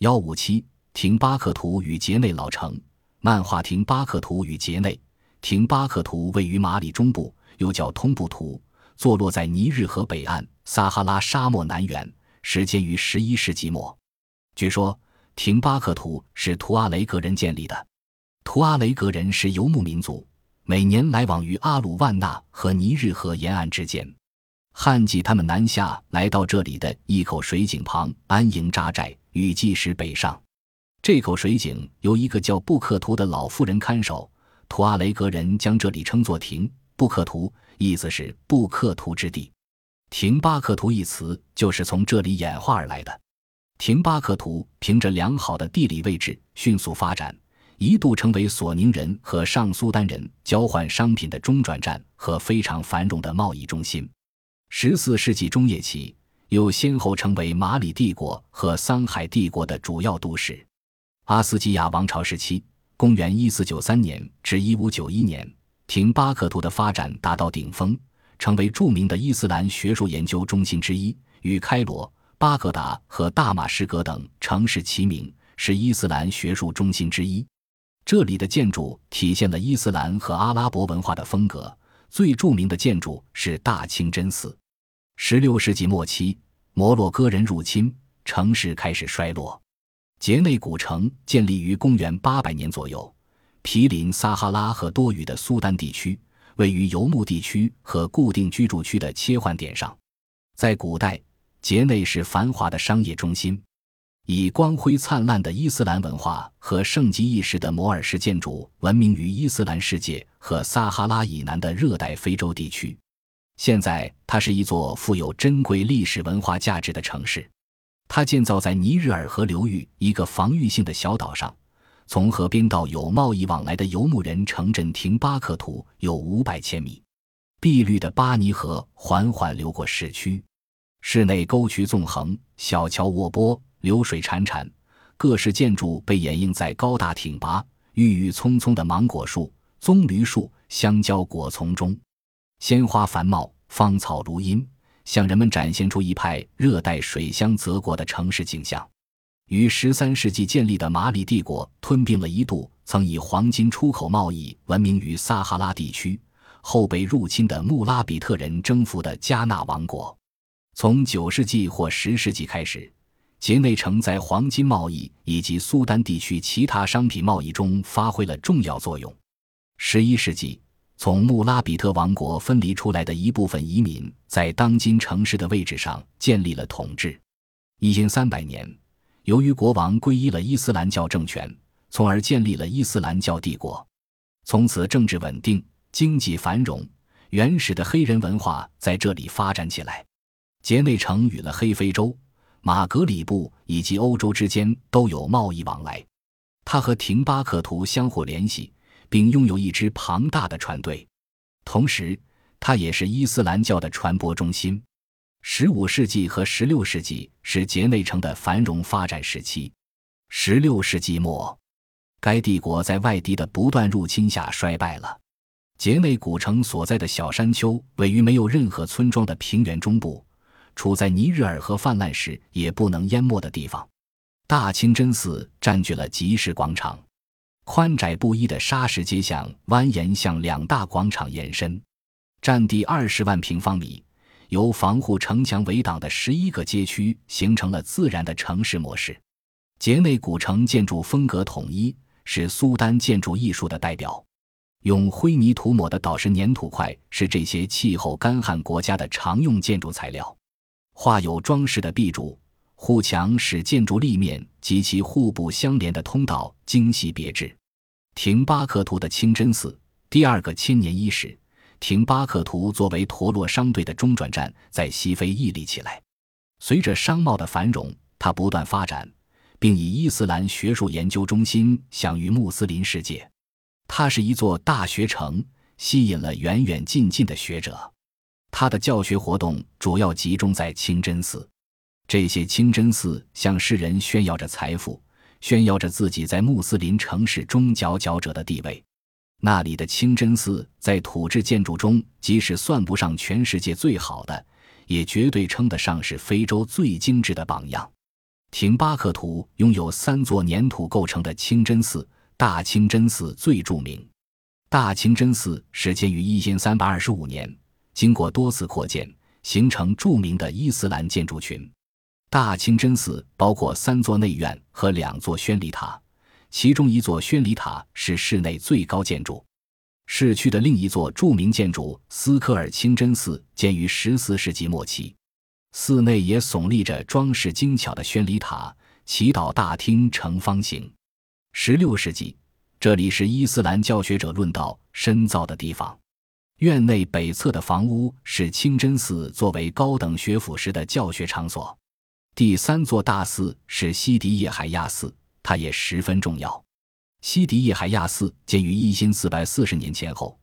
157廷巴克图与杰内老城。漫画廷巴克图与杰内。廷巴克图位于马里中部，又叫通布图，坐落在尼日河北岸，撒哈拉沙漠南缘，始建于11世纪末。据说廷巴克图是图阿雷格人建立的。图阿雷格人是游牧民族，每年来往于阿鲁万纳和尼日河沿岸之间。旱季他们南下来到这里的一口水井旁安营扎寨，雨季时北上。这口水井由一个叫布克图的老妇人看守，图阿雷格人将这里称作廷布克图，意思是布克图之地。廷巴克图一词就是从这里演化而来的。廷巴克图凭着良好的地理位置迅速发展，一度成为索宁人和上苏丹人交换商品的中转站和非常繁荣的贸易中心。14世纪中叶起，又先后成为马里帝国和桑海帝国的主要都市。阿斯基亚王朝时期，公元1493年至1591年，廷巴克图的发展达到顶峰，成为著名的伊斯兰学术研究中心之一，与开罗、巴格达和大马士革等城市齐名，是伊斯兰学术中心之一。这里的建筑体现了伊斯兰和阿拉伯文化的风格，最著名的建筑是大清真寺。16世纪末期，摩洛哥人入侵，城市开始衰落。杰内古城建立于公元800年左右，毗邻撒哈拉和多雨的苏丹地区，位于游牧地区和固定居住区的切换点上。在古代，杰内是繁华的商业中心，以光辉灿烂的伊斯兰文化和盛极一时的摩尔式建筑闻名于伊斯兰世界和撒哈拉以南的热带非洲地区。现在它是一座富有珍贵历史文化价值的城市。它建造在尼日尔河流域一个防御性的小岛上，从河边到有贸易往来的游牧人城镇廷巴克图有500千米。碧绿的巴尼河缓缓流过市区，市内沟渠纵横，小桥卧波，流水潺潺，各式建筑被掩映在高大挺拔、郁郁葱葱的芒果树、棕榈树、香蕉果丛中，鲜花繁茂，芳草如茵，向人们展现出一派热带水乡泽国的城市景象。于13世纪建立的马里帝国吞并了一度曾以黄金出口贸易闻名于撒哈拉地区，后被入侵的穆拉比特人征服的加纳王国。从9世纪或10世纪开始，杰内城在黄金贸易以及苏丹地区其他商品贸易中发挥了重要作用。11世纪，从穆拉比特王国分离出来的一部分移民在当今城市的位置上建立了统治。1300年，由于国王皈依了伊斯兰教政权，从而建立了伊斯兰教帝国。从此政治稳定，经济繁荣，原始的黑人文化在这里发展起来。杰内城与了黑非洲、马格里布以及欧洲之间都有贸易往来。它和廷巴克图相互联系，并拥有一支庞大的船队。同时，它也是伊斯兰教的传播中心。15世纪和16世纪是杰内城的繁荣发展时期。16世纪末，该帝国在外敌的不断入侵下衰败了。杰内古城所在的小山丘位于没有任何村庄的平原中部，处在尼日尔河泛滥时也不能淹没的地方。大清真寺占据了集市广场，宽窄不一的砂石街巷蜿蜒向2大广场延伸，占地20万平方米，由防护城墙围挡的11个街区形成了自然的城市模式。杰内古城建筑风格统一，是苏丹建筑艺术的代表。用灰泥涂抹的岛式粘土块是这些气候干旱国家的常用建筑材料。画有装饰的壁柱、护墙使建筑立面及其互不相连的通道精细别致。廷巴克图的清真寺，第2个千年伊始，廷巴克图作为陀螺商队的中转站，在西非屹立起来。随着商贸的繁荣，它不断发展，并以伊斯兰学术研究中心享誉穆斯林世界。它是一座大学城，吸引了远远近近的学者。它的教学活动主要集中在清真寺。这些清真寺向世人炫耀着财富，炫耀着自己在穆斯林城市中佼佼者的地位。那里的清真寺在土质建筑中即使算不上全世界最好的，也绝对称得上是非洲最精致的榜样。 廷巴克图拥有3座粘土构成的清真寺，大清真寺最著名。大清真寺始建于1325年，经过多次扩建，形成著名的伊斯兰建筑群。大清真寺包括3座内院和2座宣礼塔，其中1座宣礼塔是市内最高建筑。市区的另一座著名建筑斯科尔清真寺建于14世纪末期，寺内也耸立着装饰精巧的宣礼塔，祈祷大厅呈方形。16世纪，这里是伊斯兰教学者论道深造的地方。院内北侧的房屋是清真寺作为高等学府时的教学场所。第3座大寺是西迪叶海亚寺，它也十分重要。西迪叶海亚寺建于1440年前后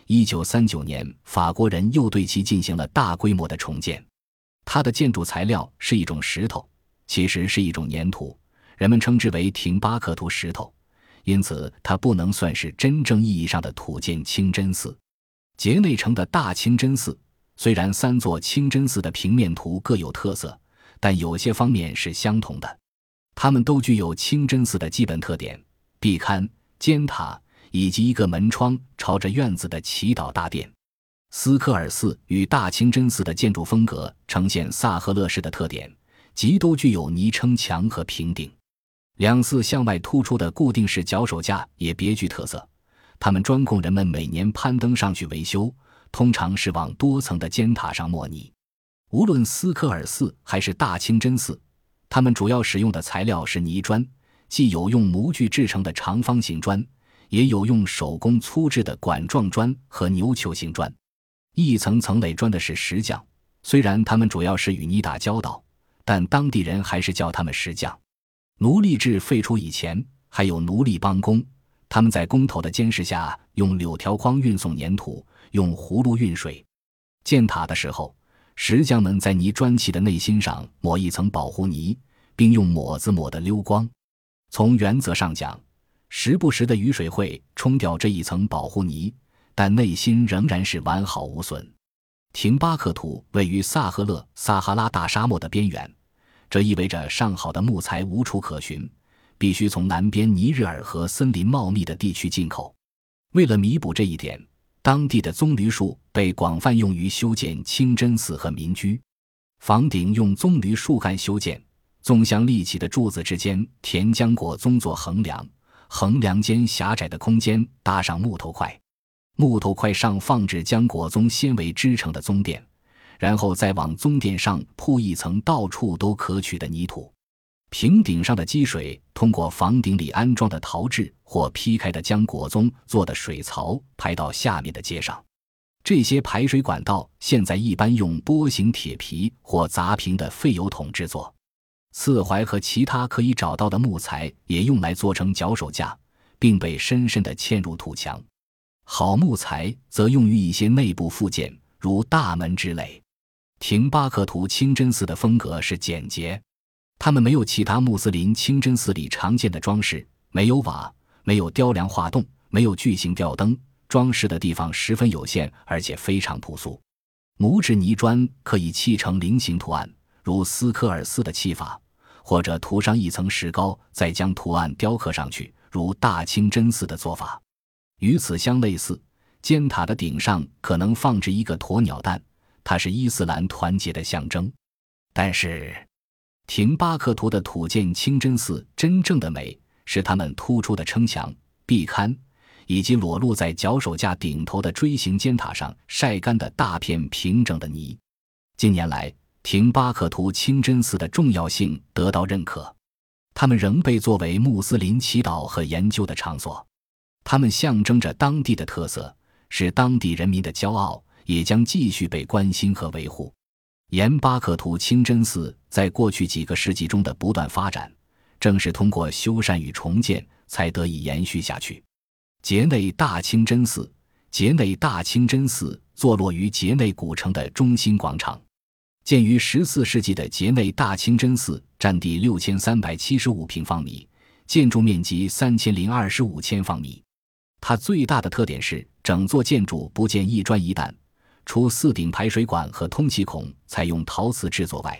，1939年法国人又对其进行了大规模的重建。它的建筑材料是一种石头，其实是一种粘土，人们称之为廷巴克图石头，因此它不能算是真正意义上的土建清真寺。节内城的大清真寺，虽然3座清真寺的平面图各有特色，但有些方面是相同的。它们都具有清真寺的基本特点：壁龛、尖塔以及一个门窗朝着院子的祈祷大殿。斯科尔寺与大清真寺的建筑风格呈现萨赫勒式的特点，即都具有泥撑墙和平顶。2寺向外突出的固定式脚手架也别具特色，它们专供人们每年攀登上去维修，通常是往多层的尖塔上抹泥。无论斯科尔寺还是大清真寺，它们主要使用的材料是泥砖，既有用模具制成的长方形砖，也有用手工粗制的管状砖和牛球形砖。一层层垒砖的是石匠，虽然他们主要是与泥打交道，但当地人还是叫他们石匠。奴隶制废除以前，还有奴隶帮工，他们在工头的监视下用柳条筐运送粘土，用葫芦运水。建塔的时候，石匠们在泥砖砌的内心上抹一层保护泥，并用抹子抹得溜光。从原则上讲，时不时的雨水会冲掉这一层保护泥，但内心仍然是完好无损。廷巴克图位于萨赫勒撒哈拉大沙漠的边缘，这意味着上好的木材无处可寻，必须从南边尼日尔河森林茂密的地区进口。为了弥补这一点，当地的棕榈树被广泛用于修建清真寺和民居。房顶用棕榈树干修建，纵向立起的柱子之间填浆果棕做横梁，横梁间狭窄的空间搭上木头块，木头块上放置浆果棕纤维织成的棕垫，然后再往棕垫上铺一层到处都可取的泥土。平顶上的积水通过房顶里安装的陶制或劈开的浆果棕做的水槽排到下面的街上。这些排水管道现在一般用波形铁皮或砸平的废油桶制作。刺槐和其他可以找到的木材也用来做成脚手架，并被深深地嵌入土墙。好木材则用于一些内部附件，如大门之类。廷巴克图清真寺的风格是简洁，他们没有其他穆斯林清真寺里常见的装饰，没有瓦，没有雕梁画栋，没有巨型吊灯，装饰的地方十分有限，而且非常朴素。木质泥砖可以砌成菱形图案，如斯科尔寺的砌法，或者涂上一层石膏，再将图案雕刻上去，如大清真寺的做法。与此相类似，尖塔的顶上可能放置一个鸵鸟蛋，它是伊斯兰团结的象征。但是廷巴克图的土建清真寺真正的美是它们突出的撑墙、壁龛，以及裸露在脚手架顶头的锥形尖塔上晒干的大片平整的泥。近年来，廷巴克图清真寺的重要性得到认可，它们仍被作为穆斯林祈祷和研究的场所。它们象征着当地的特色，是当地人民的骄傲，也将继续被关心和维护。盐巴克图清真寺在过去几个世纪中的不断发展，正是通过修缮与重建才得以延续下去。节内大清真寺，节内大清真寺坐落于节内古城的中心广场。建于14世纪的节内大清真寺占地6375平方米，建筑面积3025千方米。它最大的特点是整座建筑不见一砖一弹，除4顶排水管和通气孔采用陶瓷制作外，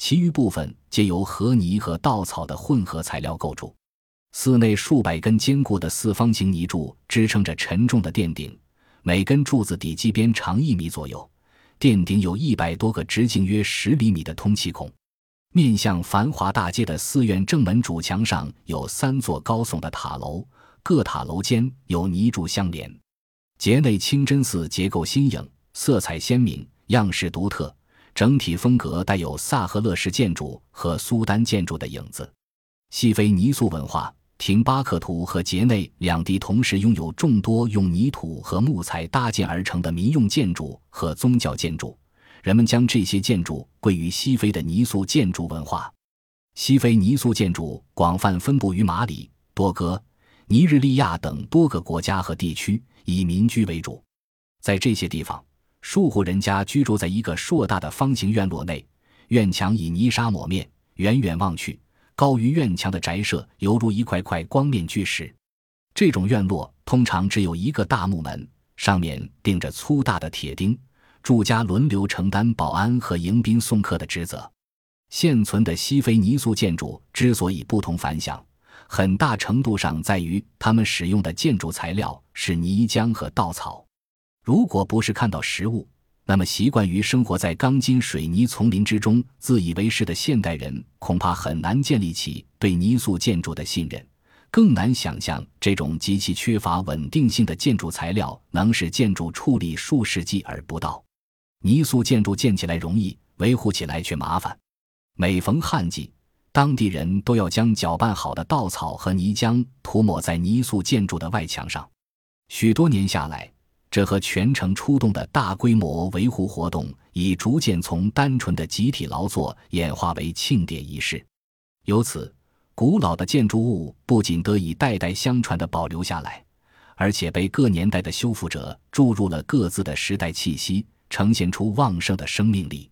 其余部分皆由河泥和稻草的混合材料构筑。寺内数百根坚固的四方形泥柱支撑着沉重的殿顶，每根柱子底基边长1米左右，殿顶有100多个直径约10厘米的通气孔。面向繁华大街的寺院正门主墙上有3座高耸的塔楼，各塔楼间有泥柱相连。节内清真寺结构新颖，色彩鲜明，样式独特，整体风格带有萨赫勒式建筑和苏丹建筑的影子。西非泥塑文化，廷巴克图和节内两地同时拥有众多用泥土和木材搭建而成的民用建筑和宗教建筑，人们将这些建筑归于西非的泥塑建筑文化。西非泥塑建筑广泛分布于马里、多哥、尼日利亚等多个国家和地区，以民居为主。在这些地方，数户人家居住在一个硕大的方形院落内，院墙以泥沙抹面，远远望去，高于院墙的宅舍犹如一块块光面巨石。这种院落通常只有一个大木门，上面钉着粗大的铁钉，住家轮流承担保安和迎宾送客的职责。现存的西非泥塑建筑之所以不同凡响，很大程度上在于他们使用的建筑材料是泥浆和稻草。如果不是看到实物，那么习惯于生活在钢筋水泥丛林之中自以为是的现代人恐怕很难建立起对泥塑建筑的信任，更难想象这种极其缺乏稳定性的建筑材料能使建筑矗立数世纪而不倒。泥塑建筑建起来容易，维护起来却麻烦。每逢旱季，当地人都要将搅拌好的稻草和泥浆涂抹在泥塑建筑的外墙上。许多年下来，这和全城出动的大规模维护活动已逐渐从单纯的集体劳作演化为庆典仪式。由此，古老的建筑物不仅得以代代相传地保留下来，而且被各年代的修复者注入了各自的时代气息，呈现出旺盛的生命力。